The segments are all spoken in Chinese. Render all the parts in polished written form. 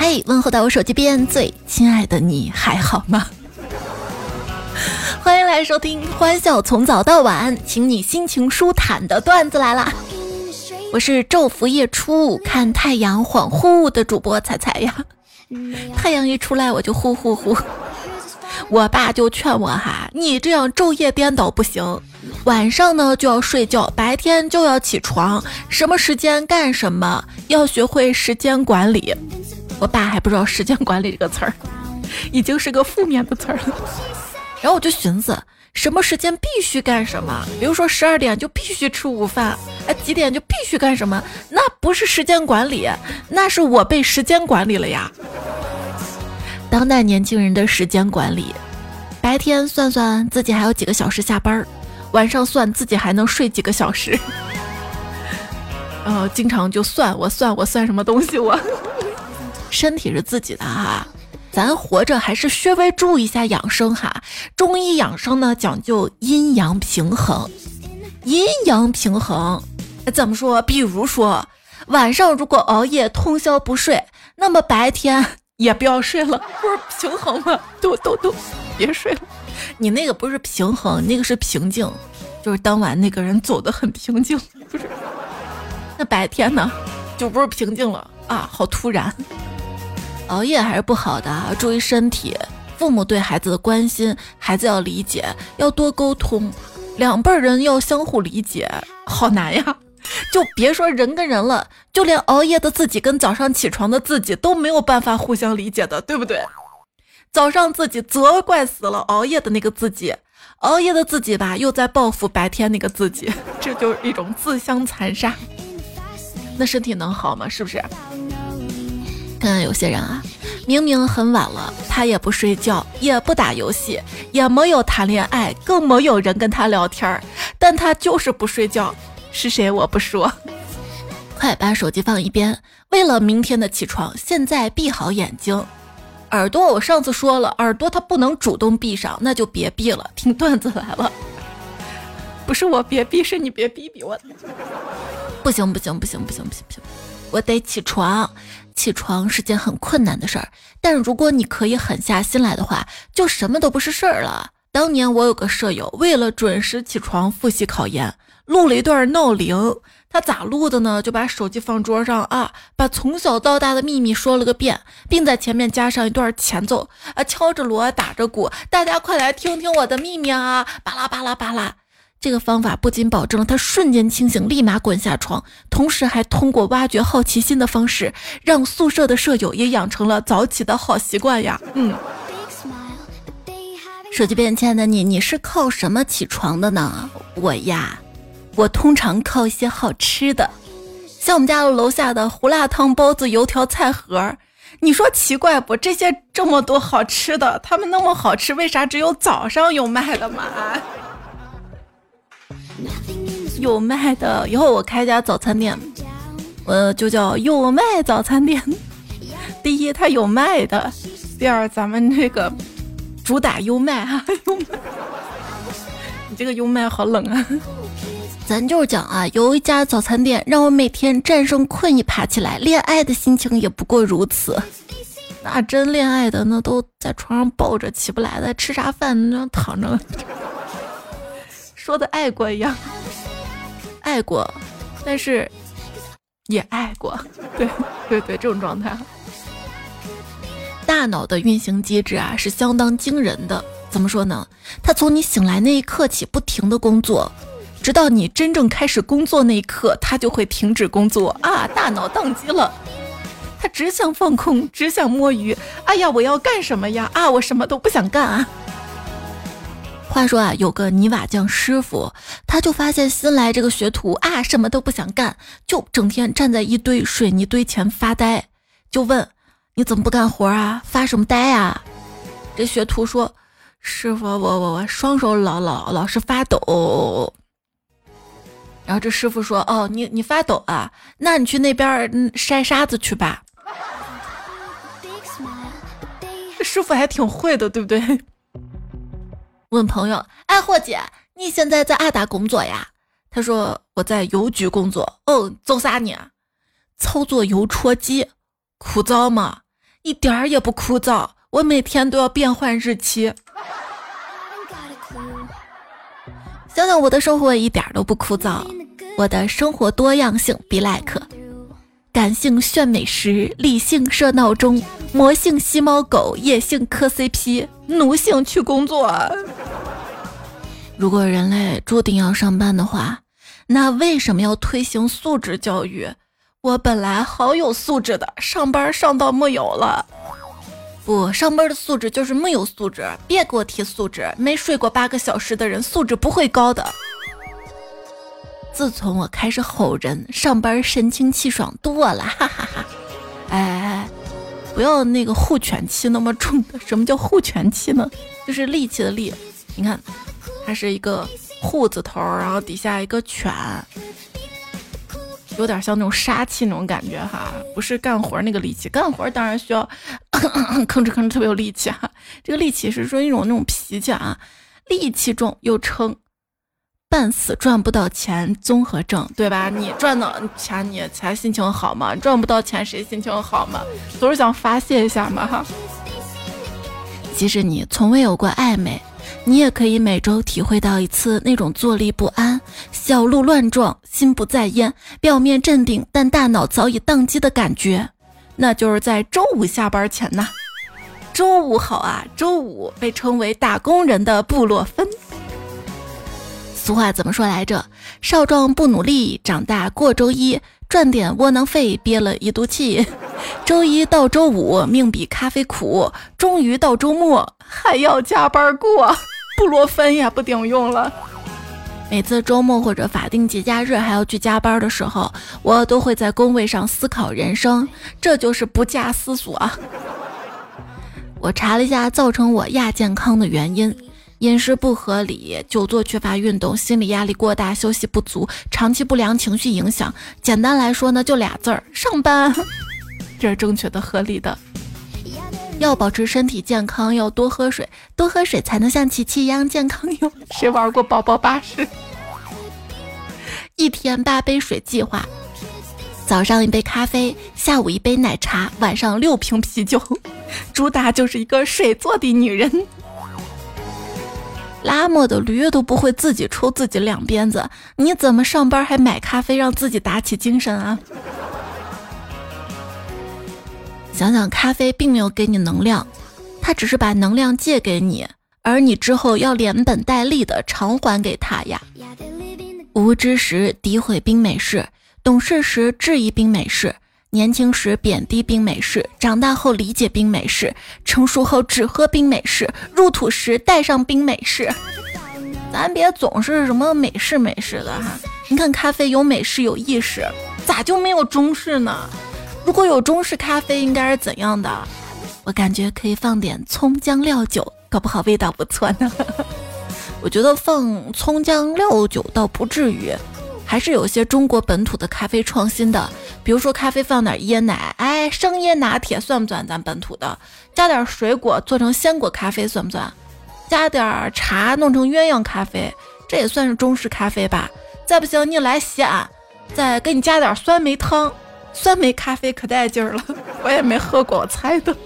嗨，问候到我手机边最亲爱的你还好吗？欢迎来收听欢笑从早到晚，请你心情舒坦的段子来啦！我是昼伏夜出看太阳恍惚的主播彩彩呀。太阳一出来我就呼呼呼。我爸就劝我哈，你这样昼夜颠倒不行，晚上呢就要睡觉，白天就要起床，什么时间干什么，要学会时间管理。我爸还不知道时间管理这个词儿已经是个负面的词儿了。然后我就寻思，什么时间必须干什么，比如说12点就必须吃午饭，几点就必须干什么，那不是时间管理，那是我被时间管理了呀。当代年轻人的时间管理，白天算算自己还有几个小时下班，晚上算自己还能睡几个小时。经常就算我算什么东西我。身体是自己的哈，咱活着还是稍微注意一下养生哈。中医养生呢讲究阴阳平衡，阴阳平衡怎么说？比如说晚上如果熬夜通宵不睡，那么白天也不要睡了，不是平衡吗？都别睡了。你那个不是平衡，那个是平静，就是当晚那个人走得很平静，不是？那白天呢就不是平静了啊，好突然。熬夜还是不好的，注意身体。父母对孩子的关心，孩子要理解，要多沟通，两辈人要相互理解，好难呀。就别说人跟人了，就连熬夜的自己跟早上起床的自己都没有办法互相理解的，对不对？早上自己责怪死了熬夜的那个自己，熬夜的自己吧又在报复白天那个自己，这就是一种自相残杀。那身体能好吗？是不是？看看有些人啊，明明很晚了，他也不睡觉，也不打游戏，也没有谈恋爱，更没有人跟他聊天，但他就是不睡觉。是谁我不说。快把手机放一边，为了明天的起床，现在闭好眼睛。耳朵我上次说了，耳朵它不能主动闭上，那就别闭了。听段子来了，不是我别闭，是你别逼逼我。不行，我得起床。起床是件很困难的事儿，但如果你可以狠下心来的话，就什么都不是事儿了。当年我有个舍友，为了准时起床复习考研，录了一段闹铃。他咋录的呢？就把手机放桌上啊，把从小到大的秘密说了个遍，并在前面加上一段前奏啊，敲着锣打着鼓，大家快来听听我的秘密啊，巴拉巴拉巴拉。这个方法不仅保证了他瞬间清醒，立马滚下床，同时还通过挖掘好奇心的方式，让宿舍的舍友也养成了早起的好习惯呀。手机边亲爱的你是靠什么起床的呢？我通常靠一些好吃的，像我们家楼下的胡辣汤、包子、油条、菜盒。你说奇怪不？这些这么多好吃的，他们那么好吃，为啥只有早上有卖的嘛？有卖的，以后我开家早餐店，我就叫有卖早餐店。第一，它有卖的；第二，咱们这个主打优麦哈，优麦。你这个优麦好冷啊！咱就是讲啊，有一家早餐店让我每天战胜困意爬起来，恋爱的心情也不过如此。那真恋爱的，那都在床上抱着起不来的，吃啥饭那躺着。说的爱过一样，爱过，但是也爱过，对，这种状态。大脑的运行机制啊是相当惊人的，怎么说呢？它从你醒来那一刻起不停的工作，直到你真正开始工作那一刻，它就会停止工作啊！大脑宕机了，它只想放空，只想摸鱼。哎呀，我要干什么呀？啊，我什么都不想干啊！话说啊，有个泥瓦匠师傅，他就发现新来这个学徒啊，什么都不想干，就整天站在一堆水泥堆前发呆，就问你怎么不干活啊？发什么呆啊？这学徒说：“师傅，我双手老是发抖。”然后这师傅说：“哦，你发抖啊？那你去那边筛沙子去吧。”这师傅还挺会的，对不对？问朋友：“哎，霍姐，你现在在打工作呀？”他说：“我在邮局工作。”哦，做啥呢？操作邮戳机，枯燥吗？ 一点儿也不枯燥，我每天都要变换日期。想想我的生活一点都不枯燥，我的生活多样性 be like。感性炫美食，理性设闹钟，魔性吸猫狗，野性磕 CP， 奴性去工作。如果人类注定要上班的话，那为什么要推行素质教育？我本来好有素质的，上班上到没有了。不，上班的素质就是没有素质，别给我提素质，没睡过8个小时的人素质不会高的。自从我开始吼人，上班神清气爽多了，哈哈哈。哎，不要那个护犬气那么重的。什么叫护犬气呢？就是力气的力。你看，它是一个护字头，然后底下一个犬，有点像那种杀气那种感觉哈，不是干活那个力气。干活当然需要吭哧特别有力气哈。这个力气是说一种那种脾气啊，力气重又称半死赚不到钱综合症，对吧？你赚到钱你才心情好嘛，赚不到钱谁心情好嘛？总是想发泄一下嘛哈。即使你从未有过暧昧，你也可以每周体会到一次那种坐立不安、小鹿乱撞、心不在焉、表面镇定但大脑早已宕机的感觉，那就是在周五下班前呐。周五好啊，周五被称为打工人的布洛芬。俗话怎么说来着？少壮不努力，长大过周一，赚点窝囊废，憋了一肚气。周一到周五，命比咖啡苦，终于到周末还要加班过，布洛芬也不顶用了。每次周末或者法定节假日还要去加班的时候，我都会在工位上思考人生，这就是不假思索啊。我查了一下造成我亚健康的原因。饮食不合理，久坐缺乏运动，心理压力过大，休息不足，长期不良情绪影响。简单来说呢，就俩字儿：上班。这是正确的、合理的。要保持身体健康，要多喝水，多喝水才能像琪琪一样健康哟。谁玩过宝宝巴士？一天8杯水计划：早上1杯咖啡，下午1杯奶茶，晚上6瓶啤酒。主打就是一个水做的女人。拉磨的驴都不会自己抽自己两鞭子，你怎么上班还买咖啡让自己打起精神啊？想想咖啡并没有给你能量，它只是把能量借给你，而你之后要连本带利的偿还给他呀。无知时诋毁冰美式，懂事时质疑冰美式，年轻时贬低冰美式，长大后理解冰美式，成熟后只喝冰美式，入土时带上冰美式。咱别总是什么美式美式的哈，你看咖啡有美式有意式，咋就没有中式呢？如果有中式咖啡应该是怎样的？我感觉可以放点葱姜料酒，搞不好味道不错呢。我觉得放葱姜料酒倒不至于，还是有些中国本土的咖啡创新的，比如说咖啡放点椰奶，哎，生椰拿铁算不算咱本土的？加点水果做成鲜果咖啡算不算？加点茶弄成鸳鸯咖啡，这也算是中式咖啡吧？再不行你来西安，再给你加点酸梅汤，酸梅咖啡可带劲儿了，我也没喝过，我猜的。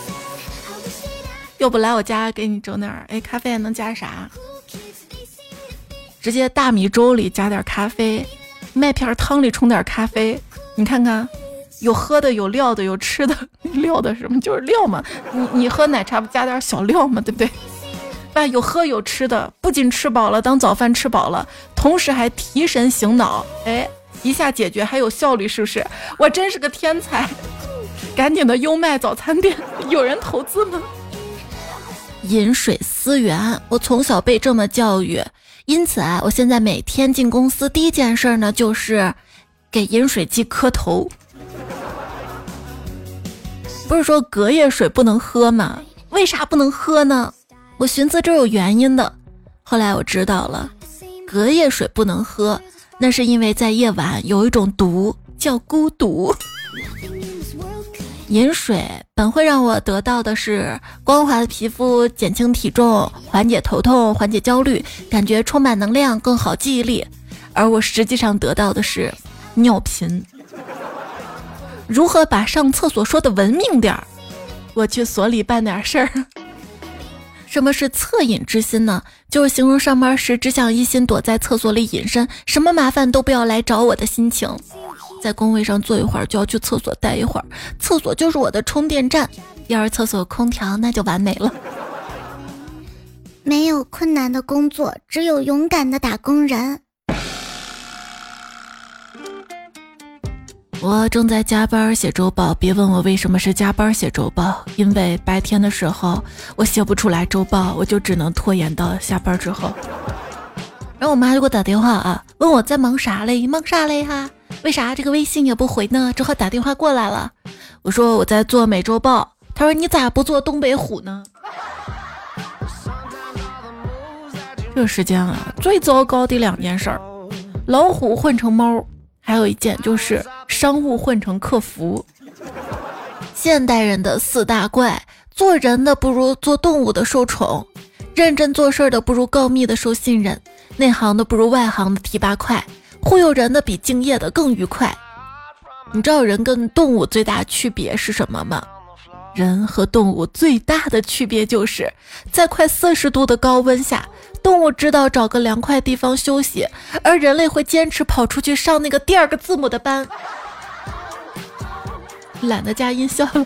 要不来我家给你整点哎，咖啡还能加啥？直接大米粥里加点咖啡，麦片汤里冲点咖啡，你看看，有喝的有料的有吃的，料的什么就是料嘛，你喝奶茶不加点小料嘛，对不对？吧，有喝有吃的，不仅吃饱了当早饭吃饱了，同时还提神醒脑，哎，一下解决还有效率，是不是？我真是个天才！赶紧的优麦早餐店有人投资吗？饮水思源，我从小被这么教育，因此啊，我现在每天进公司第一件事呢，就是给饮水机磕头。不是说隔夜水不能喝吗？为啥不能喝呢？我寻思这有原因的，后来我知道了，隔夜水不能喝，那是因为在夜晚有一种毒叫孤独。饮水本会让我得到的是光滑的皮肤、减轻体重、缓解头痛、缓解焦虑，感觉充满能量，更好记忆力，而我实际上得到的是尿频。如何把上厕所说的文明点儿？ 我去所里办点事儿。什么是恻隐之心呢？就是形容上班时只想一心躲在厕所里隐身，什么麻烦都不要来找我的心情。在工位上坐一会儿就要去厕所待一会儿，厕所就是我的充电站，要是厕所有空调那就完美了。 没有困难的工作，只有勇敢的打工人。 我正在加班写周报，别问我为什么是加班写周报，因为白天的时候我写不出来周报，我就只能拖延到下班之后。然后我妈就给我打电话啊，问我在忙啥嘞？忙啥嘞哈？为啥这个微信也不回呢？只好打电话过来了。我说我在做美周报，她说你咋不做东北虎呢？这个时间啊，最糟糕的2件事儿，老虎混成猫，还有一件就是商务混成客服。现代人的4大怪，做人的不如做动物的受宠，认真做事的不如告密的受信任，内行的不如外行的提拔快，忽悠人的比敬业的更愉快。你知道人跟动物最大区别是什么吗？人和动物最大的区别就是在快40度的高温下，动物知道找个凉快地方休息，而人类会坚持跑出去上那个第2个字母的班。懒得加音效了。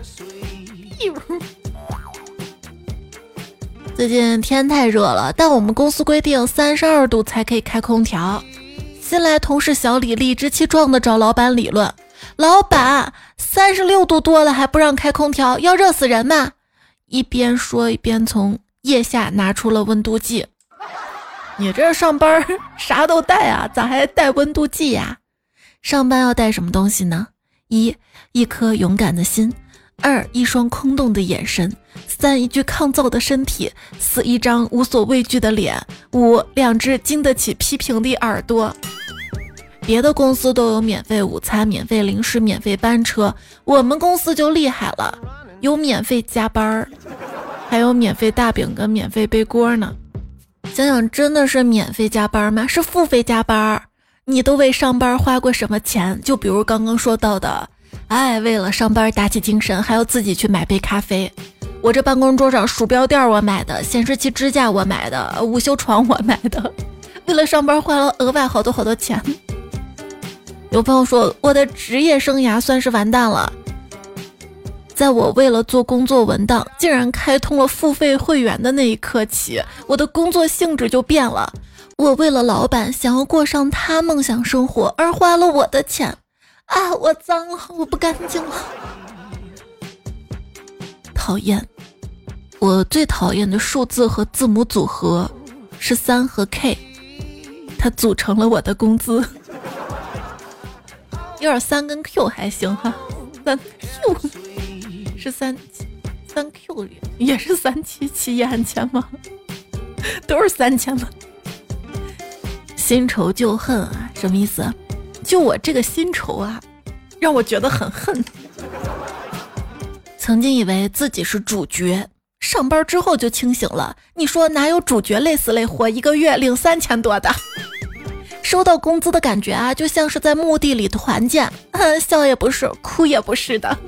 最近天太热了，但我们公司规定32度才可以开空调。新来同事小李理直气壮地找老板理论，老板36度多了还不让开空调，要热死人吗？一边说一边从腋下拿出了温度计。你这上班啥都带啊，咋还带温度计呀？上班要带什么东西呢？一颗勇敢的心，2一双空洞的眼神，3一具抗造的身体，4一张无所畏惧的脸，5 2只经得起批评的耳朵。别的公司都有免费午餐、免费零食、免费班车，我们公司就厉害了，有免费加班，还有免费大饼跟免费背锅呢。想想真的是免费加班吗？是付费加班。你都为上班花过什么钱？就比如刚刚说到的，为了上班打起精神，还要自己去买杯咖啡。我这办公桌上鼠标垫我买的，显示器支架我买的，午休床我买的，为了上班花了额外好多钱。有朋友说我的职业生涯算是完蛋了，在我为了做工作文档竟然开通了付费会员的那一刻起，我的工作性质就变了。我为了老板想要过上他梦想生活而花了我的钱啊！我脏了，我不干净了，讨厌。我最讨厌的数字和字母组合是3和 K， 它组成了我的工资。有点3跟 Q 还行哈，3Q 是3Q 也是377一案钱吗？都是3000吗？新仇旧恨啊，什么意思？就我这个新仇啊，让我觉得很恨。曾经以为自己是主角，上班之后就清醒了。你说哪有主角累死累活1个月领3000多的？收到工资的感觉啊，就像是在墓地里团建，笑也不是，哭也不是的。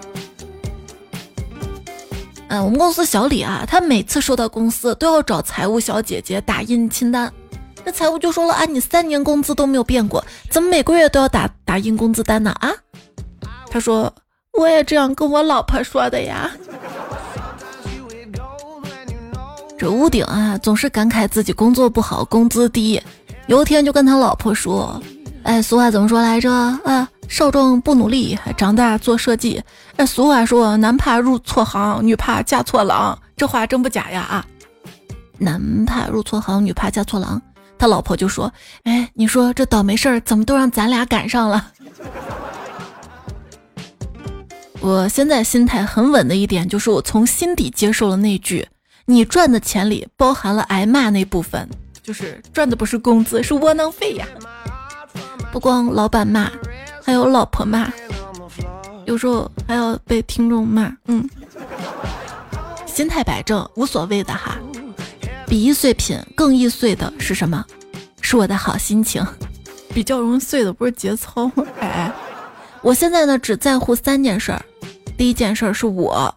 我们公司小李啊，他每次收到公司都要找财务小姐姐打印清单。这财务就说了啊，你3年工资都没有变过，怎么每个月都要打印工资单呢？啊，他说我也这样跟我老婆说的呀。这屋顶啊，总是感慨自己工作不好，工资低。有一天就跟他老婆说，俗话怎么说来着啊？少壮不努力，长大做设计。俗话说男怕入错行，女怕嫁错郎，这话真不假呀啊！男怕入错行，女怕嫁错郎。他老婆就说，你说这倒霉事儿怎么都让咱俩赶上了？我现在心态很稳的一点就是我从心底接受了那句，你赚的钱里包含了挨骂那部分，就是赚的不是工资，是窝囊费呀。不光老板骂，还有老婆骂，有时候还要被听众骂。心态摆正无所谓的哈。比易碎品更易碎的是什么？是我的好心情。比较容易碎的不是节操吗？我现在呢只在乎3件事儿。第一件事儿是我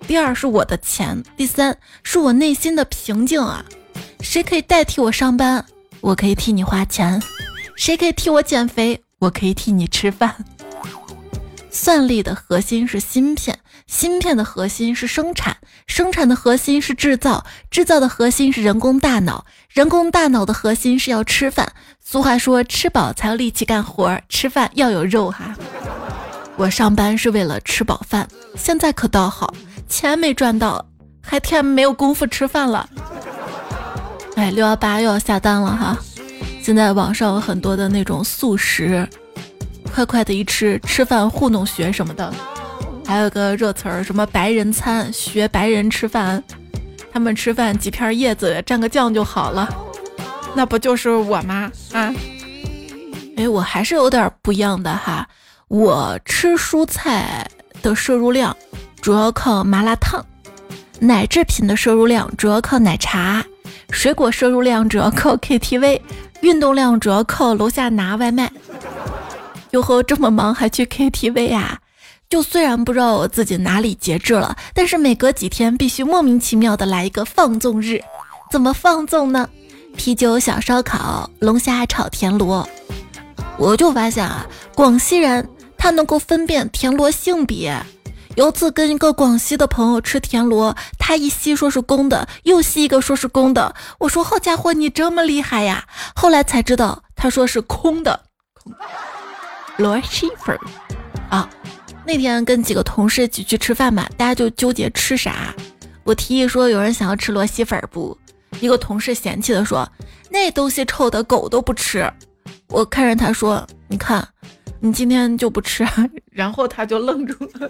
第二是我的钱，第三是我内心的平静啊。谁可以代替我上班？我可以替你花钱。谁可以替我减肥？我可以替你吃饭。算力的核心是芯片，芯片的核心是生产，生产的核心是制造，制造的核心是人工大脑，人工大脑的核心是要吃饭。俗话说，吃饱才有力气干活，吃饭要有肉哈。我上班是为了吃饱饭，现在可倒好，钱没赚到，还天没有功夫吃饭了。618又要下单了哈。现在网上有很多的那种速食，快快的一吃，吃饭糊弄学什么的。还有个热词儿，什么白人餐，学白人吃饭，他们吃饭几片叶子蘸个酱就好了，那不就是我吗？啊，我还是有点不一样的哈。我吃蔬菜的摄入量主要靠麻辣烫，奶制品的摄入量主要靠奶茶，水果摄入量主要靠 KTV， 运动量主要靠楼下拿外卖。哟呵，这么忙还去 KTV 啊？就虽然不知道我自己哪里节制了，但是每隔几天必须莫名其妙的来一个放纵日。怎么放纵呢？啤酒小烧烤，龙虾炒田螺。我就发现啊，广西人他能够分辨田螺性别。有次跟一个广西的朋友吃田螺，他一吸说是公的，又吸一个说是公的。我说好家伙，你这么厉害呀！后来才知道他说是空的。螺蛳粉啊！那天跟几个同事一起去吃饭嘛，大家就纠结吃啥。我提议说有人想要吃螺蛳粉不？一个同事嫌弃的说那东西臭的狗都不吃。我看着他说你看你今天就不吃，然后他就愣住了。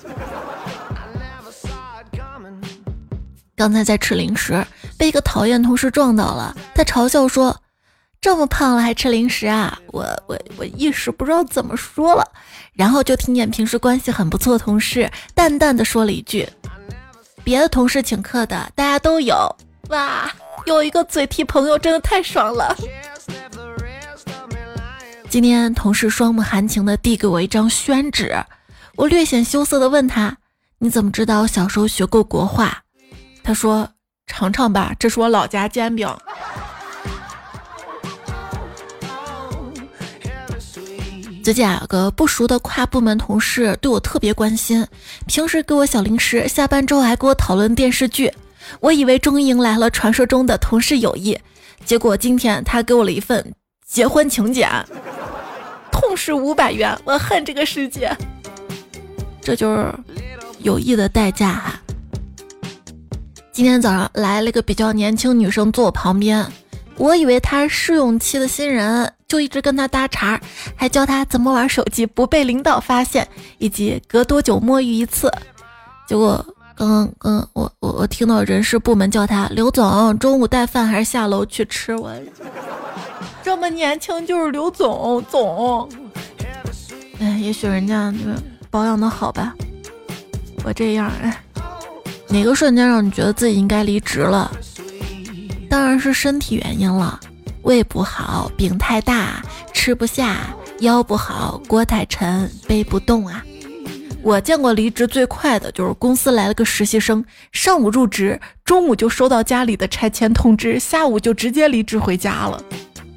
刚才在吃零食，被一个讨厌同事撞到了，他嘲笑说这么胖了还吃零食啊？我一时不知道怎么说了，然后就听见平时关系很不错的同事淡淡的说了一句别的同事请客的大家都有。哇，有一个嘴替朋友真的太爽了。今天同事双目含情的递给我一张宣纸，我略显羞涩的问他你怎么知道小时候学过国画？他说尝尝吧，这是我老家煎饼。最近有个不熟的跨部门同事对我特别关心，平时给我小零食，下班之后还跟我讨论电视剧。我以为终于迎来了传说中的同事友谊，结果今天他给我了一份结婚请柬，痛失500元，我恨这个世界。这就是友谊的代价哈。今天早上来了一个比较年轻女生坐我旁边，我以为她是试用期的新人，就一直跟她搭茬，还教她怎么玩手机不被领导发现，以及隔多久摸鱼一次。结果刚我听到人事部门叫她刘总，中午带饭还是下楼去吃？我这么年轻就是刘总。也许人家保养的好吧，我这样哪个瞬间让你觉得自己应该离职了？当然是身体原因了，胃不好，饼太大，吃不下，腰不好，锅太沉，背不动啊。我见过离职最快的就是公司来了个实习生，上午入职，中午就收到家里的拆迁通知，下午就直接离职回家了。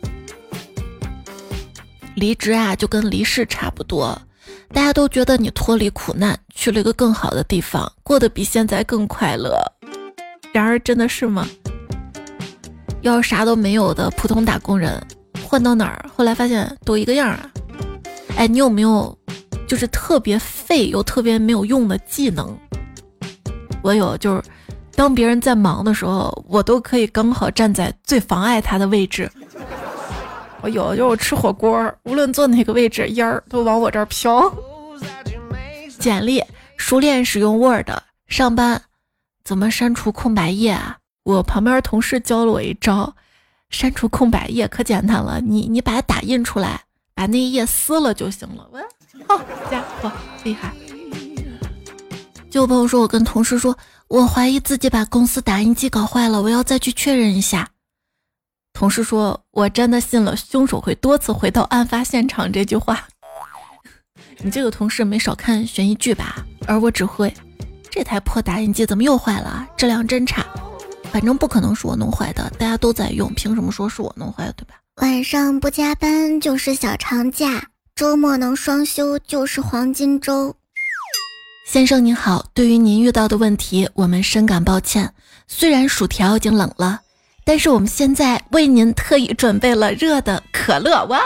离职啊，就跟离世差不多，大家都觉得你脱离苦难，去了一个更好的地方，过得比现在更快乐。然而真的是吗？要是啥都没有的普通打工人，换到哪儿，后来发现都一个样啊。你有没有就是特别废又特别没有用的技能？我有，就是当别人在忙的时候，我都可以刚好站在最妨碍他的位置。我有，就是我吃火锅，无论坐哪个位置，烟儿都往我这儿飘。简历，熟练使用 Word， 上班怎么删除空白页啊？我旁边同事教了我一招，删除空白页可简单了，你把它打印出来，把那一页撕了就行了。好家伙，厉害！就有朋友说，我跟同事说，我怀疑自己把公司打印机搞坏了，我要再去确认一下。同事说，我真的信了凶手会多次回到案发现场这句话。你这个同事没少看悬疑剧吧？而我只会这台破打印机怎么又坏了？质量真差。反正不可能是我弄坏的，大家都在用，凭什么说是我弄坏的，对吧？ 晚上不加班就是小长假，周末能双休就是黄金周。 先生您好，对于您遇到的问题，我们深感抱歉。虽然薯条已经冷了，但是我们现在为您特意准备了热的可乐。我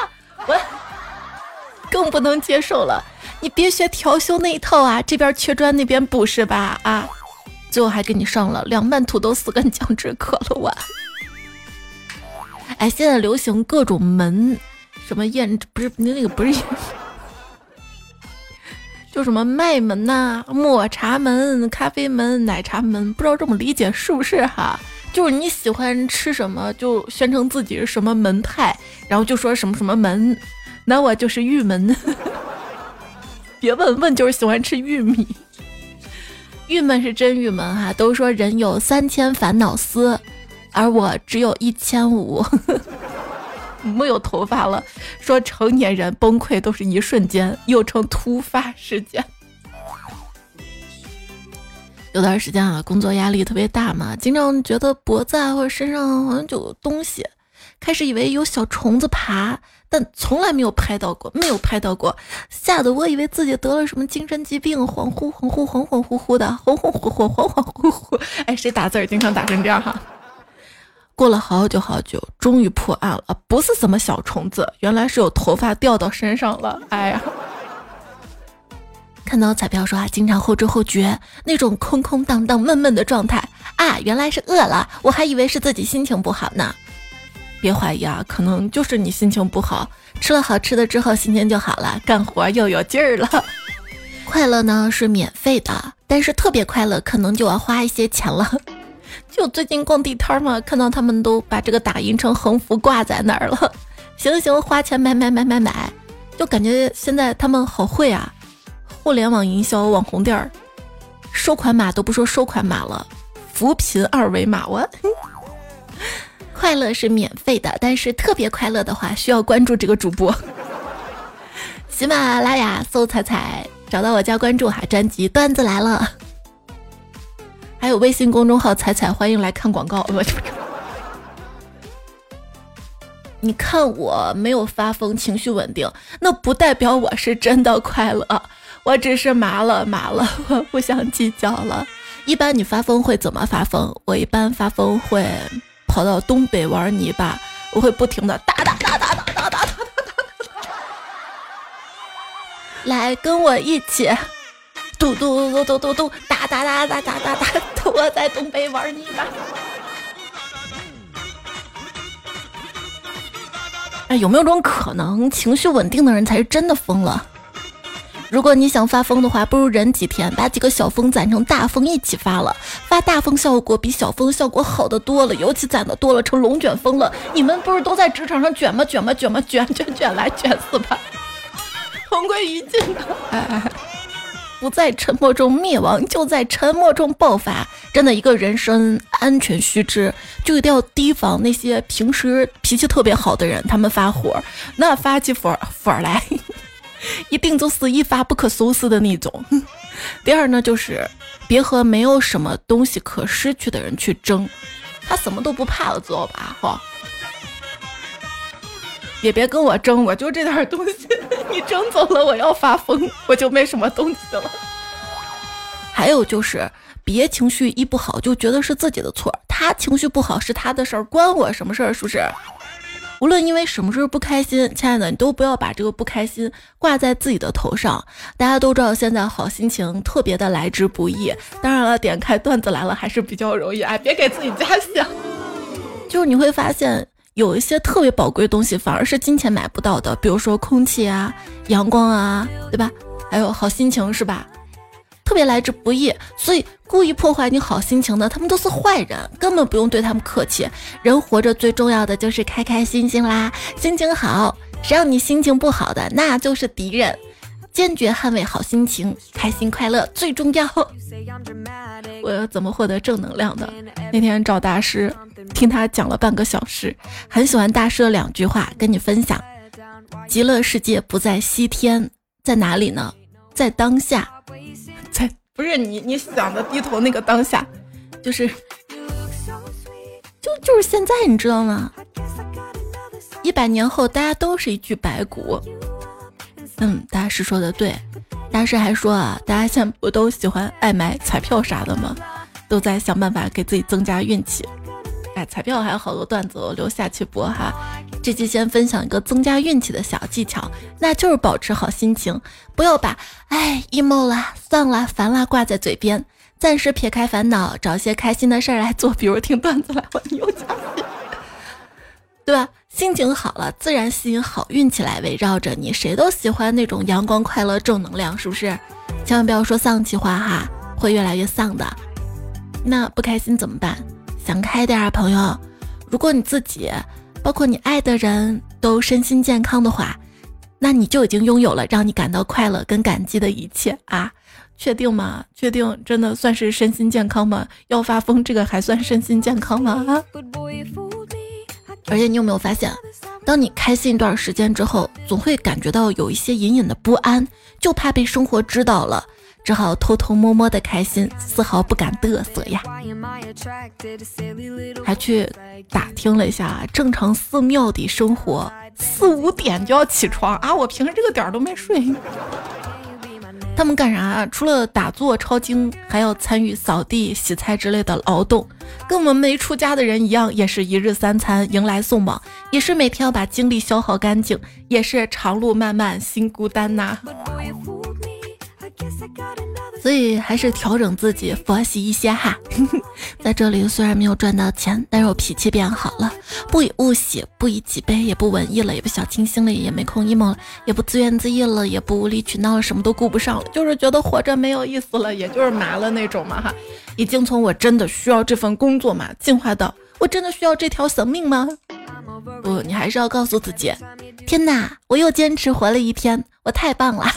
更不能接受了，你别学调休那一套啊，这边缺砖那边补是吧？啊，最后还给你上了2瓣土豆丝跟姜汁可乐哇！哎，现在流行各种门，什么燕不是那个不是燕，就什么麦门呐、抹茶门、咖啡门、奶茶门，不知道这么理解是不是哈？就是你喜欢吃什么，就宣称自己是什么门派，然后就说什么什么门，那我就是玉门。别问就是喜欢吃玉米。郁闷是真郁闷哈，都说人有3000烦恼丝，而我只有1500。没有头发了，说成年人崩溃都是一瞬间，又称突发事件。有段时间啊，工作压力特别大嘛，经常觉得脖子啊或者身上好像就有东西，开始以为有小虫子爬，但从来没有拍到过，吓得我以为自己得了什么精神疾病，恍惚的，恍惚。哎，谁打字儿经常打成这样哈？过了好久，终于破案了，不是什么小虫子，原来是有头发掉到身上了。哎呀，看到彩票说啊，经常后知后觉，那种空空荡荡、闷闷的状态啊，原来是饿了，我还以为是自己心情不好呢。别怀疑啊，可能就是你心情不好，吃了好吃的之后心情就好了，干活又有劲儿了。快乐呢是免费的，但是特别快乐可能就要花一些钱了。就最近逛地摊嘛，看到他们都把这个打印成横幅挂在那儿了。行，花钱买，就感觉现在他们好会啊，互联网营销网红店儿，收款码都不说收款码了，扶贫2维码。我快乐是免费的，但是特别快乐的话需要关注这个主播。喜马拉雅搜彩彩，找到我加关注哈，专辑段子来了，还有微信公众号彩彩，欢迎来看广告。你看我没有发疯，情绪稳定，那不代表我是真的快乐，我只是麻了，我不想计较了。一般你发疯会怎么发疯？我一般发疯会跑到东北玩泥巴，我会不停的打，来跟我一起嘟，打，我在东北玩泥巴。哎，有没有种可能，情绪稳定的人才是真的疯了？如果你想发疯的话，不如忍几天，把几个小疯攒成大疯一起发了。发大疯效果比小疯效果好得多了，尤其攒的多了，成龙卷风了。你们不是都在职场上卷吗？卷来卷死吧，同归于尽的。不在沉默中灭亡，就在沉默中爆发。真的，一个人身安全须知，就一定要提防那些平时脾气特别好的人，他们发火，那发起火来一定就是一发不可收拾的那种。第二呢，就是别和没有什么东西可失去的人去争，他什么都不怕了，知道吧？哈，也别跟我争，我就这点东西，你争走了，我要发疯，我就没什么东西了。还有就是别情绪一不好就觉得是自己的错，他情绪不好是他的事儿，关我什么事儿？是不是？无论因为什么事不开心，亲爱的，你都不要把这个不开心挂在自己的头上。大家都知道现在好心情特别的来之不易，当然了，点开段子来了还是比较容易，哎，别给自己加想。就是你会发现有一些特别宝贵的东西反而是金钱买不到的，比如说空气啊、阳光啊，对吧？还有好心情，是吧？特别来之不易，所以故意破坏你好心情的，他们都是坏人，根本不用对他们客气。人活着最重要的就是开开心心啦，心情好，谁让你心情不好的，那就是敌人。坚决捍卫好心情，开心快乐最重要。我要怎么获得正能量的？那天找大师，听他讲了半个小时，很喜欢大师的2句话，跟你分享。极乐世界不在西天，在哪里呢？在当下。 不是你想的低头那个当下，就是现在，你知道吗？100年后大家都是一具白骨。大师说的对，大师还说啊，大家现在不都喜欢爱买彩票啥的吗？都在想办法给自己增加运气。彩票还有好多段子，我留下期播哈。这期先分享一个增加运气的小技巧，那就是保持好心情，不要把emo 了、算了、烦了挂在嘴边，暂时撇开烦恼，找些开心的事儿来做，比如听段子来玩游戏，对吧？心情好了，自然吸引好运气来围绕着你。谁都喜欢那种阳光、快乐、正能量，是不是？千万不要说丧气话哈，会越来越丧的。那不开心怎么办？想开点啊，朋友。如果你自己，包括你爱的人都身心健康的话，那你就已经拥有了让你感到快乐跟感激的一切啊！确定吗？确定真的算是身心健康吗？要发疯这个还算身心健康吗？而且你有没有发现，当你开心一段时间之后，总会感觉到有一些隐隐的不安，就怕被生活知道了，只好偷偷摸摸的开心，丝毫不敢嘚瑟呀。还去打听了一下，正常寺庙的生活4、5点就要起床啊，我平时这个点都没睡。他们干啥？除了打坐抄经，还要参与扫地洗菜之类的劳动，跟我们没出家的人一样，也是一日3餐迎来送往，也是每天要把精力消耗干净，也是长路漫漫心孤单呐。所以还是调整自己，佛系一些哈。在这里虽然没有赚到钱，但是我脾气变好了，不以物喜，不以己悲，也不文艺了，也不小清新了，也没空 emo 了，也不自怨自艾了，也不无理取闹了，什么都顾不上了，就是觉得活着没有意思了，也就是麻了那种嘛哈。已经从我真的需要这份工作嘛，进化到我真的需要这条生命吗？不，你还是要告诉自己，天哪，我又坚持活了一天，我太棒了。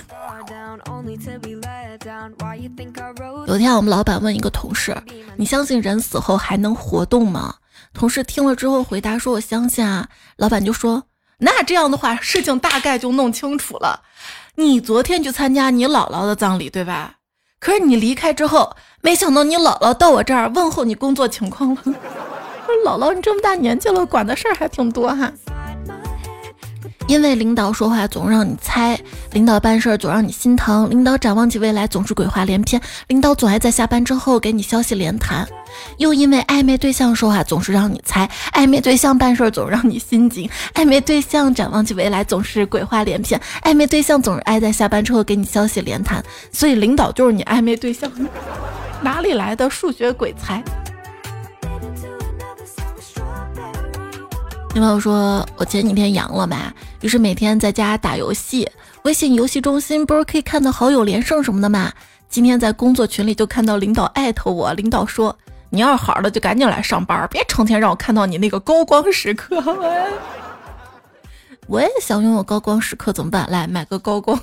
有天我们老板问一个同事，你相信人死后还能活动吗？同事听了之后回答说，我相信啊。老板就说，那这样的话事情大概就弄清楚了。你昨天去参加你姥姥的葬礼对吧？可是你离开之后，没想到你姥姥到我这儿问候你工作情况了。姥姥你这么大年纪了，管的事儿还挺多哈。因为领导说话总让你猜，领导办事总让你心疼，领导展望起未来总是鬼话连篇，领导总爱在下班之后给你消息连谈。又因为暧昧对象说话总是让你猜，暧昧对象办事总让你心惊，暧昧对象展望起未来总是鬼话连篇，暧昧对象总是爱在下班之后给你消息连谈，所以领导就是你暧昧对象。哪里来的数学鬼才？女朋友说，我前几天阳了嘛，于是每天在家打游戏，微信游戏中心不是可以看到好友连胜什么的嘛？今天在工作群里就看到领导艾特我，领导说，你要是好了就赶紧来上班，别成天让我看到你那个高光时刻。我也想拥有高光时刻，怎么办？来买个高光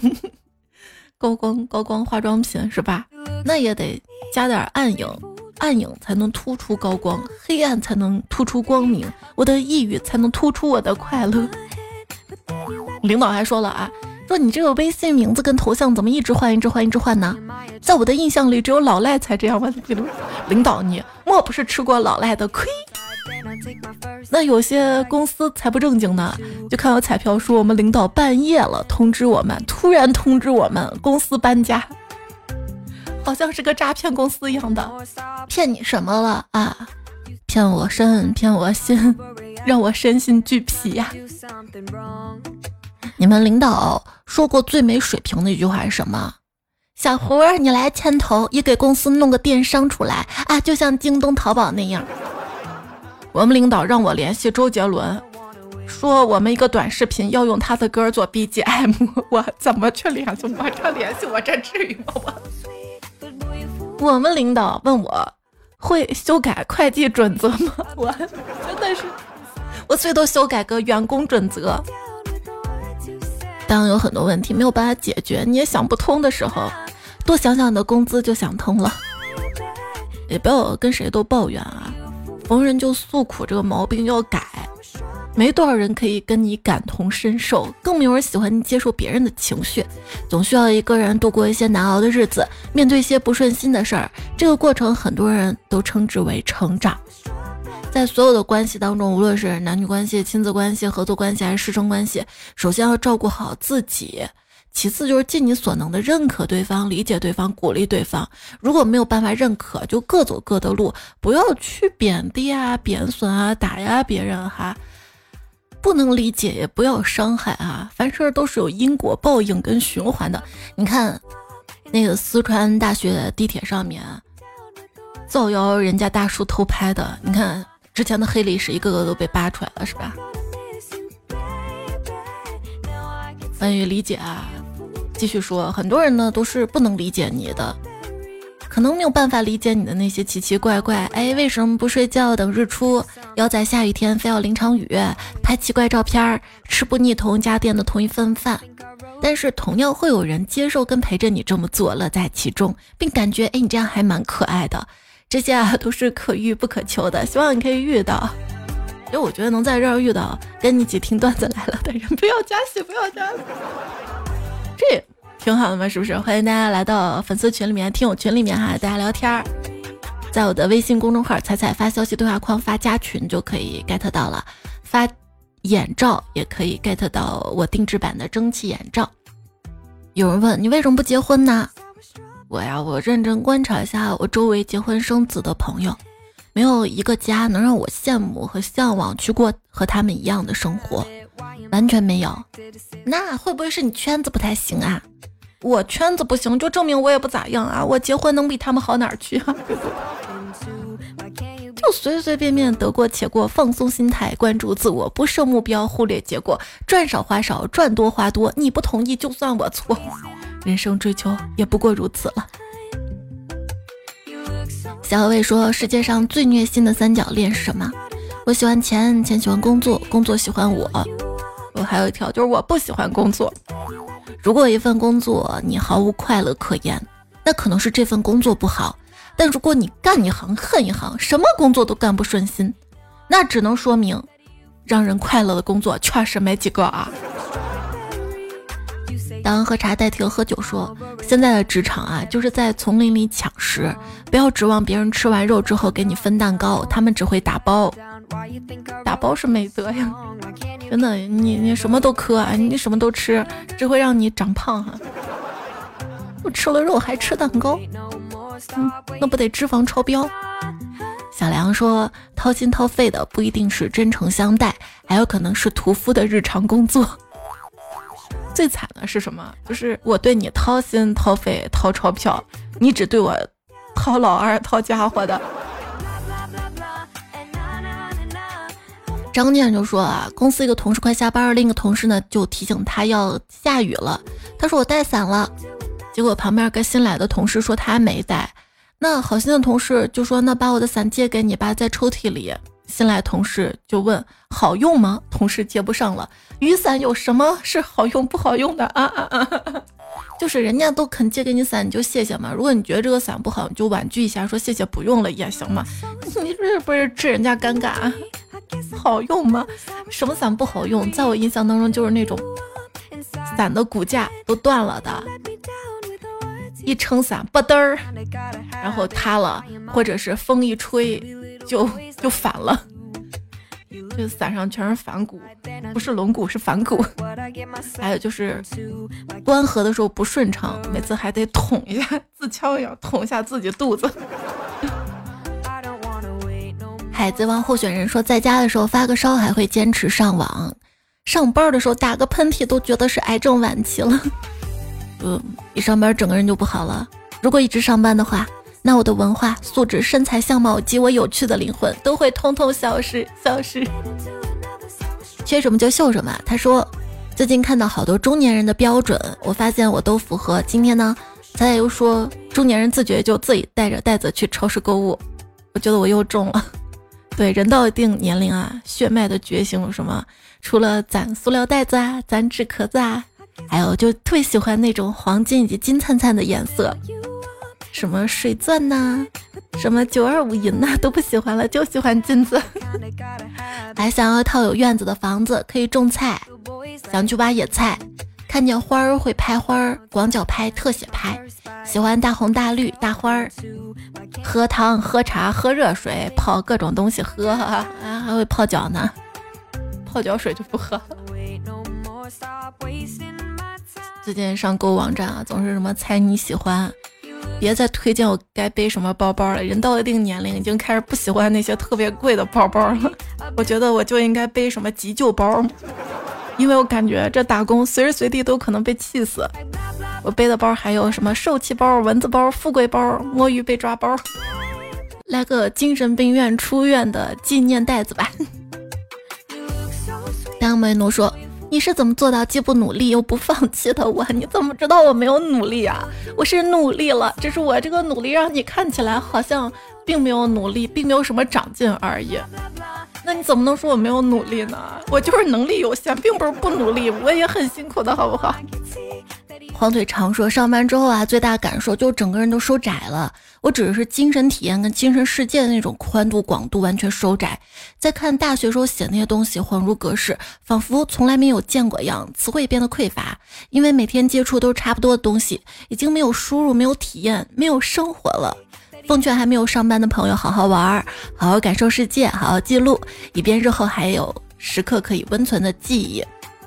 化妆品是吧？那也得加点暗影，暗影才能突出高光，黑暗才能突出光明，我的抑郁才能突出我的快乐。领导还说了啊，说你这个微信名字跟头像怎么一直换呢？在我的印象里只有老赖才这样吗？领导你莫不是吃过老赖的亏？那有些公司才不正经呢，就看到彩票说我们领导半夜了突然通知我们公司搬家，好像是个诈骗公司一样的。骗你什么了啊？骗我身骗我心，让我身心俱疲呀。你们领导说过最没水平的一句话是什么？小胡儿你来牵头，也给公司弄个电商出来啊，就像京东淘宝那样。我们领导让我联系周杰伦，说我们一个短视频要用他的歌做 BGM， 我怎么去联系？我这联系我这至于吗？我们领导问我会修改会计准则吗？我真的是，我最多修改个员工准则。当有很多问题没有办法解决，你也想不通的时候，多想想你的工资就想通了。也不要跟谁都抱怨啊，逢人就诉苦，这个毛病要改。 没多少人可以跟你感同身受，更没有人喜欢你接受别人的情绪。总需要一个人度过一些难熬的日子，面对一些不顺心的事儿。这个过程很多人都称之为成长。在所有的关系当中，无论是男女关系、亲子关系、合作关系还是师生关系，首先要照顾好自己，其次就是尽你所能的认可对方、理解对方、鼓励对方。如果没有办法认可，就各走各的路，不要去贬低啊、贬损啊、打压别人哈。不能理解也不要伤害啊！凡事都是有因果报应跟循环的。你看，那个四川大学地铁上面造谣人家大叔偷拍的，你看之前的黑历史一个个都被扒出来了，是吧？关于理解啊，继续说，很多人呢都是不能理解你的。可能没有办法理解你的那些奇奇怪怪，为什么不睡觉等日出，要在下雨天非要淋场雨，拍奇怪照片，吃不腻同一家店的同一份饭。但是同样会有人接受跟陪着你这么做，乐在其中，并感觉你这样还蛮可爱的。这些都是可遇不可求的，希望你可以遇到。因为我觉得能在这儿遇到跟你一起听段子来了的人，不要加戏，不要加戏，这挺好的嘛，是不是？欢迎大家来到粉丝群里面、听友群里面哈，大家聊天。在我的微信公众号彩彩发消息对话框发加群就可以 get 到了，发眼罩也可以 get 到我定制版的蒸汽眼罩。有人问你为什么不结婚呢？我认真观察一下我周围结婚生子的朋友，没有一个家能让我羡慕和向往去过和他们一样的生活，完全没有。那会不会是你圈子不太行啊？我圈子不行，就证明我也不咋样啊！我结婚能比他们好哪儿去啊？就随随便便得过且过，放松心态，关注自我，不设目标，忽略结果，赚少花少，赚多花多。你不同意就算我错，人生追求也不过如此了。小伟说，世界上最虐心的三角恋是什么？我喜欢钱，钱喜欢工作，工作喜欢我。我还有一条就是我不喜欢工作。如果一份工作你毫无快乐可言，那可能是这份工作不好。但如果你干一行恨一行，什么工作都干不顺心，那只能说明让人快乐的工作确实没几个啊。当喝茶代替喝酒说，现在的职场啊，就是在丛林里抢食，不要指望别人吃完肉之后给你分蛋糕，他们只会打包。打包是美德呀，真的，你什么都磕，你什么都吃，只会让你长胖哈。我吃了肉还吃蛋糕，那不得脂肪超标？小梁说，掏心掏肺的不一定是真诚相待，还有可能是屠夫的日常工作。最惨的是什么？就是我对你掏心掏肺掏钞票，你只对我掏老二掏家伙的。张念就说啊，公司一个同事快下班，另一个同事呢就提醒他要下雨了，他说我带伞了，结果旁边个新来的同事说他没带，那好心的同事就说那把我的伞借给你吧，在抽屉里。新来同事就问好用吗？同事接不上了，雨伞有什么是好用不好用的啊？就是人家都肯借给你伞，你就谢谢嘛。如果你觉得这个伞不好，你就婉拒一下，说谢谢不用了也行嘛。你这不是治人家尴尬啊？好用吗？什么伞不好用？在我印象当中就是那种伞的骨架都断了的，一撑伞吧嘚儿，然后塌了，或者是风一吹就反了。这伞上全是反骨，不是龙骨是反骨。还有就是关河的时候不顺畅，每次还得捅一下，自敲一下捅一下自己肚子。海贼王候选人说，在家的时候发个烧还会坚持上网，上班的时候打个喷嚏都觉得是癌症晚期了。一上班整个人就不好了。如果一直上班的话，那我的文化素质、身材相貌及我有趣的灵魂都会通通消失。缺什么就秀什么。他说最近看到好多中年人的标准，我发现我都符合。今天呢，他又说中年人自觉就自己带着袋子去超市购物，我觉得我又中了。对，人到一定年龄啊，血脉的觉醒什么，除了攒塑料袋子啊，攒纸壳子啊，还有就特别喜欢那种黄金以及金灿灿的颜色。 什么水钻呐，什么925银呐，都不喜欢了，就喜欢金子。还想要套有院子的房子，可以种菜，想去挖野菜，看见花儿会拍花儿，广角拍、特写拍，喜欢大红大绿大花儿，喝汤喝茶喝热水，泡各种东西喝啊，还会泡脚呢，泡脚水就不喝。最近上购物网站啊，总是什么猜你喜欢，别再推荐我该背什么包包了。人到一定年龄，已经开始不喜欢那些特别贵的包包了。我觉得我就应该背什么急救包，因为我感觉这打工随时随地都可能被气死。我背的包还有什么受气包、蚊子包、富贵包、摸鱼被抓包，来个精神病院出院的纪念袋子吧。当梅奴说，你是怎么做到既不努力又不放弃的我？你怎么知道我没有努力啊？我是努力了，只是我这个努力让你看起来好像并没有努力，并没有什么长进而已。那你怎么能说我没有努力呢？我就是能力有限，并不是不努力，我也很辛苦的好不好？黄腿长说，上班之后啊，最大感受就整个人都收窄了，我只是精神体验跟精神世界的那种宽度广度完全收窄。在看大学时候写那些东西恍如隔世，仿佛从来没有见过一样，词汇变得匮乏，因为每天接触都是差不多的东西，已经没有输入，没有体验，没有生活了。奉劝还没有上班的朋友好好玩，好好感受世界，好好记录，以便日后还有时刻可以温存的记忆。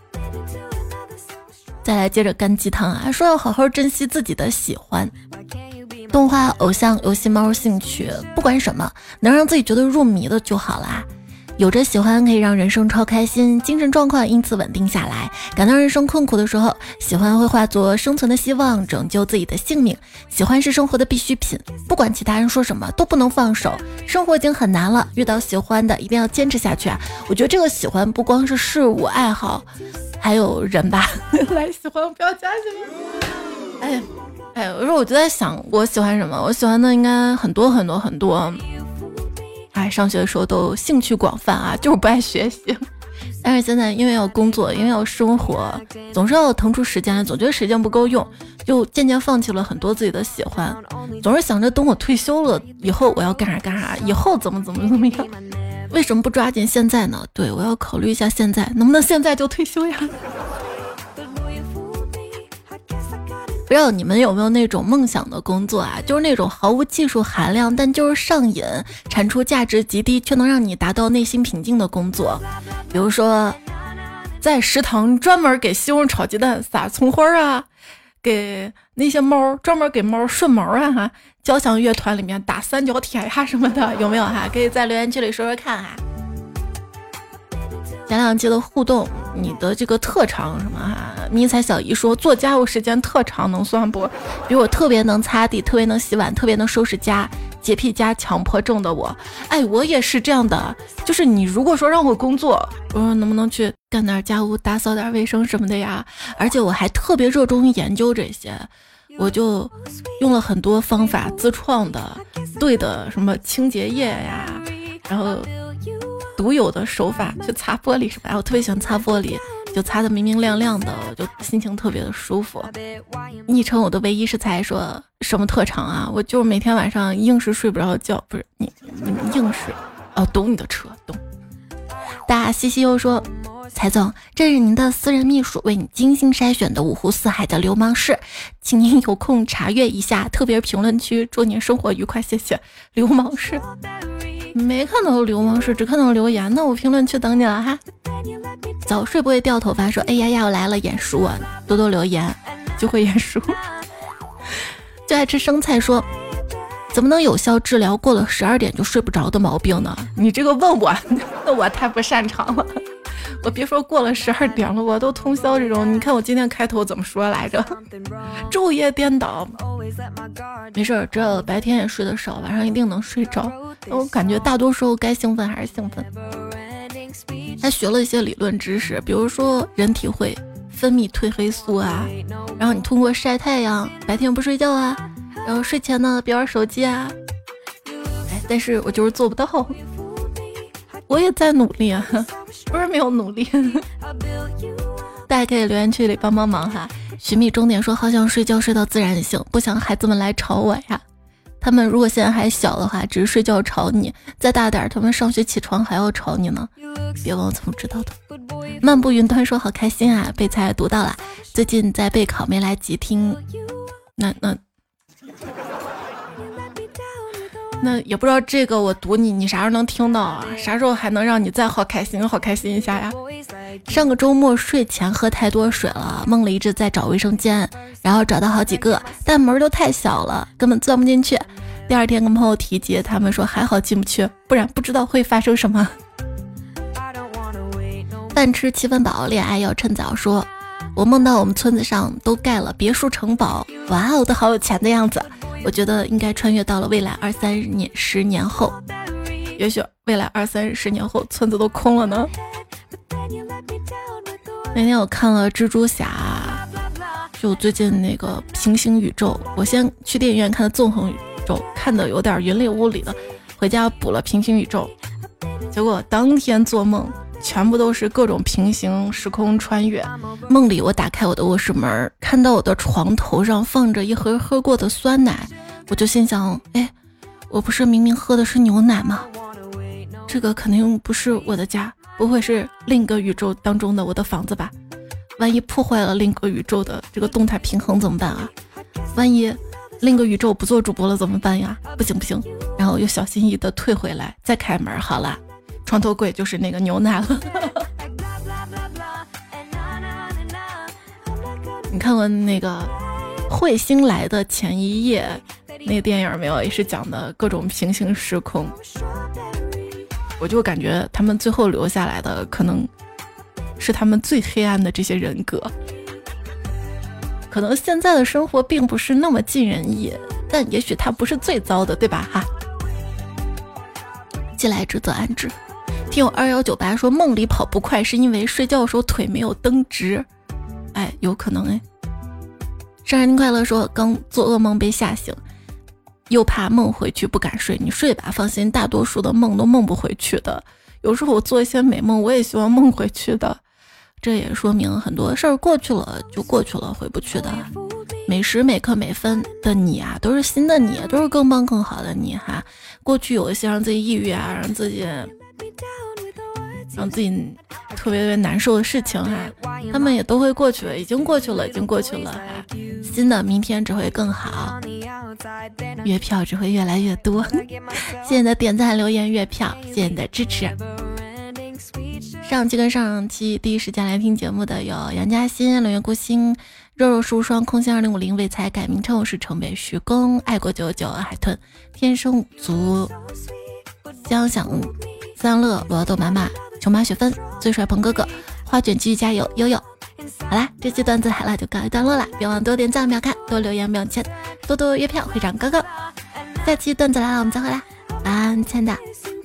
再来接着干鸡汤啊，说要好好珍惜自己的喜欢，动画、偶像、游戏、猫、兴趣，不管什么能让自己觉得入迷的就好啦。有着喜欢可以让人生超开心，精神状况因此稳定下来。感到人生困苦的时候，喜欢会化作生存的希望，拯救自己的性命。喜欢是生活的必需品，不管其他人说什么都不能放手。生活已经很难了，遇到喜欢的一定要坚持下去啊！我觉得这个喜欢不光是事物爱好，还有人吧。来，喜欢不要加行吗？我说我就在想我喜欢什么，我喜欢的应该很多很多很多。上学的时候都兴趣广泛啊，就是不爱学习。但是现在因为要工作，因为要生活，总是要腾出时间来，总觉得时间不够用，就渐渐放弃了很多自己的喜欢。总是想着等我退休了以后我要干啥干啥，以后怎么样。为什么不抓紧现在呢？对，我要考虑一下现在能不能现在就退休呀。不知道你们有没有那种梦想的工作啊，就是那种毫无技术含量但就是上瘾，产出价值极低却能让你达到内心平静的工作。比如说在食堂专门给西红柿炒鸡蛋撒葱花啊，给那些猫专门给猫顺毛啊，交响乐团里面打三角铁呀什么的，有没有哈？可以在留言区里说说看哈。前两期的互动，你的这个特长什么哈？迷彩小姨说做家务时间特长能算不？比如我特别能擦地，特别能洗碗，特别能收拾家，洁癖加强迫症的我，我也是这样的。就是你如果说让我工作，我说能不能去干点家务，打扫点卫生什么的呀？而且我还特别热衷于研究这些，我就用了很多方法自创的对的什么清洁液呀，然后独有的手法去擦玻璃什么，我特别喜欢擦玻璃，就擦得明明亮亮的，我就心情特别的舒服。昵称我的唯一是猜说什么特长啊？我就是每天晚上硬是睡不着觉，不是你硬是懂你的车懂。大西西又说，蔡总，这是您的私人秘书为你精心筛选的五湖四海的流氓事，请您有空查阅一下，特别是评论区，祝您生活愉快，谢谢。流氓事没看到流氓事，只看到留言，那我评论区等你了哈。早睡不会掉头发说，哎呀呀我来了，眼熟啊，多多留言就会眼熟。就爱吃生菜说，怎么能有效治疗过了12点就睡不着的毛病呢？你这个问我，那我太不擅长了。我别说过了12点了，我都通宵这种。你看我今天开头怎么说来着？昼夜颠倒。没事，只要白天也睡得少，晚上一定能睡着。我感觉大多数该兴奋还是兴奋。他学了一些理论知识，比如说人体会分泌褪黑素啊，然后你通过晒太阳，白天不睡觉啊，然后睡前呢别玩手机啊。但是我就是做不到。我也在努力啊，不是没有努力。大家可以留言区里帮帮忙哈。寻觅终点说，好想睡觉睡到自然醒，不想孩子们来吵我呀。 他们如果现在还小的话，只是睡觉吵你；再大点，他们上学起床还要吵你呢。别问我怎么知道的。漫步云端说好开心啊，备菜读到了，最近在备考没来及听。那也不知道这个我读你啥时候能听到啊？啥时候还能让你再好开心一下呀？上个周末睡前喝太多水了，梦里一直在找卫生间，然后找到好几个，但门都太小了，根本钻不进去。第二天跟朋友提及，他们说还好进不去，不然不知道会发生什么。饭吃7分饱，恋爱要趁早说，我梦到我们村子上都盖了别墅城堡，哇哦，都好有钱的样子。我觉得应该穿越到了未来20-30年后，也许未来20-30年后村子都空了呢。那天我看了蜘蛛侠，就最近那个平行宇宙，我先去电影院看的纵横宇宙，看的有点云里雾里的，回家补了平行宇宙，结果当天做梦全部都是各种平行时空穿越。梦里我打开我的卧室门，看到我的床头上放着一盒喝过的酸奶，我就心想，我不是明明喝的是牛奶吗？这个肯定不是我的家，不会是另一个宇宙当中的我的房子吧？万一破坏了另一个宇宙的这个动态平衡怎么办啊？万一另一个宇宙不做主播了怎么办呀？不行，然后又小心翼翼的退回来，再开门，好了，床头柜就是那个牛奶了。你看过那个彗星来的前一夜那个电影没有？也是讲的各种平行时空。我就感觉他们最后留下来的可能是他们最黑暗的这些人格。可能现在的生活并不是那么尽人意，但也许它不是最糟的，对吧？哈，既来之则安之。听友2198说，梦里跑不快是因为睡觉的时候腿没有蹬直。有可能生日快乐说，刚做噩梦被吓醒，又怕梦回去不敢睡。你睡吧，放心，大多数的梦都梦不回去的。有时候我做一些美梦，我也希望梦回去的。这也说明很多事儿过去了就过去了，回不去的。每时每刻每分的你啊，都是新的你，都是更棒更好的你哈。过去有一些让自己抑郁啊，让自己特别难受的事情哈，他们也都会过去了，已经过去了哈。新的明天只会更好，月票只会越来越多。谢谢你的点赞留言月票，谢谢你的支持。上期跟上期第一时间来听节目的有杨嘉欣、冷月孤星、肉肉书双、空心2050、为才改名称我是城北徐工、爱国99、海豚、天生五足、江想三乐、罗豆妈妈、琼妈雪芬、最帅鹏哥哥、花卷继续加油，悠悠。好啦，这期段子海了就告一段落啦，别忘多点赞秒看，多留言秒签，多多月票会长高高。下期段子来了，我们再回来，晚安，亲爱的。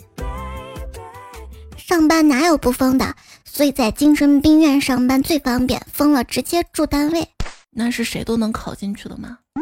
上班哪有不疯的，所以在精神病院上班最方便，疯了直接住单位。 那是谁都能考进去的吗？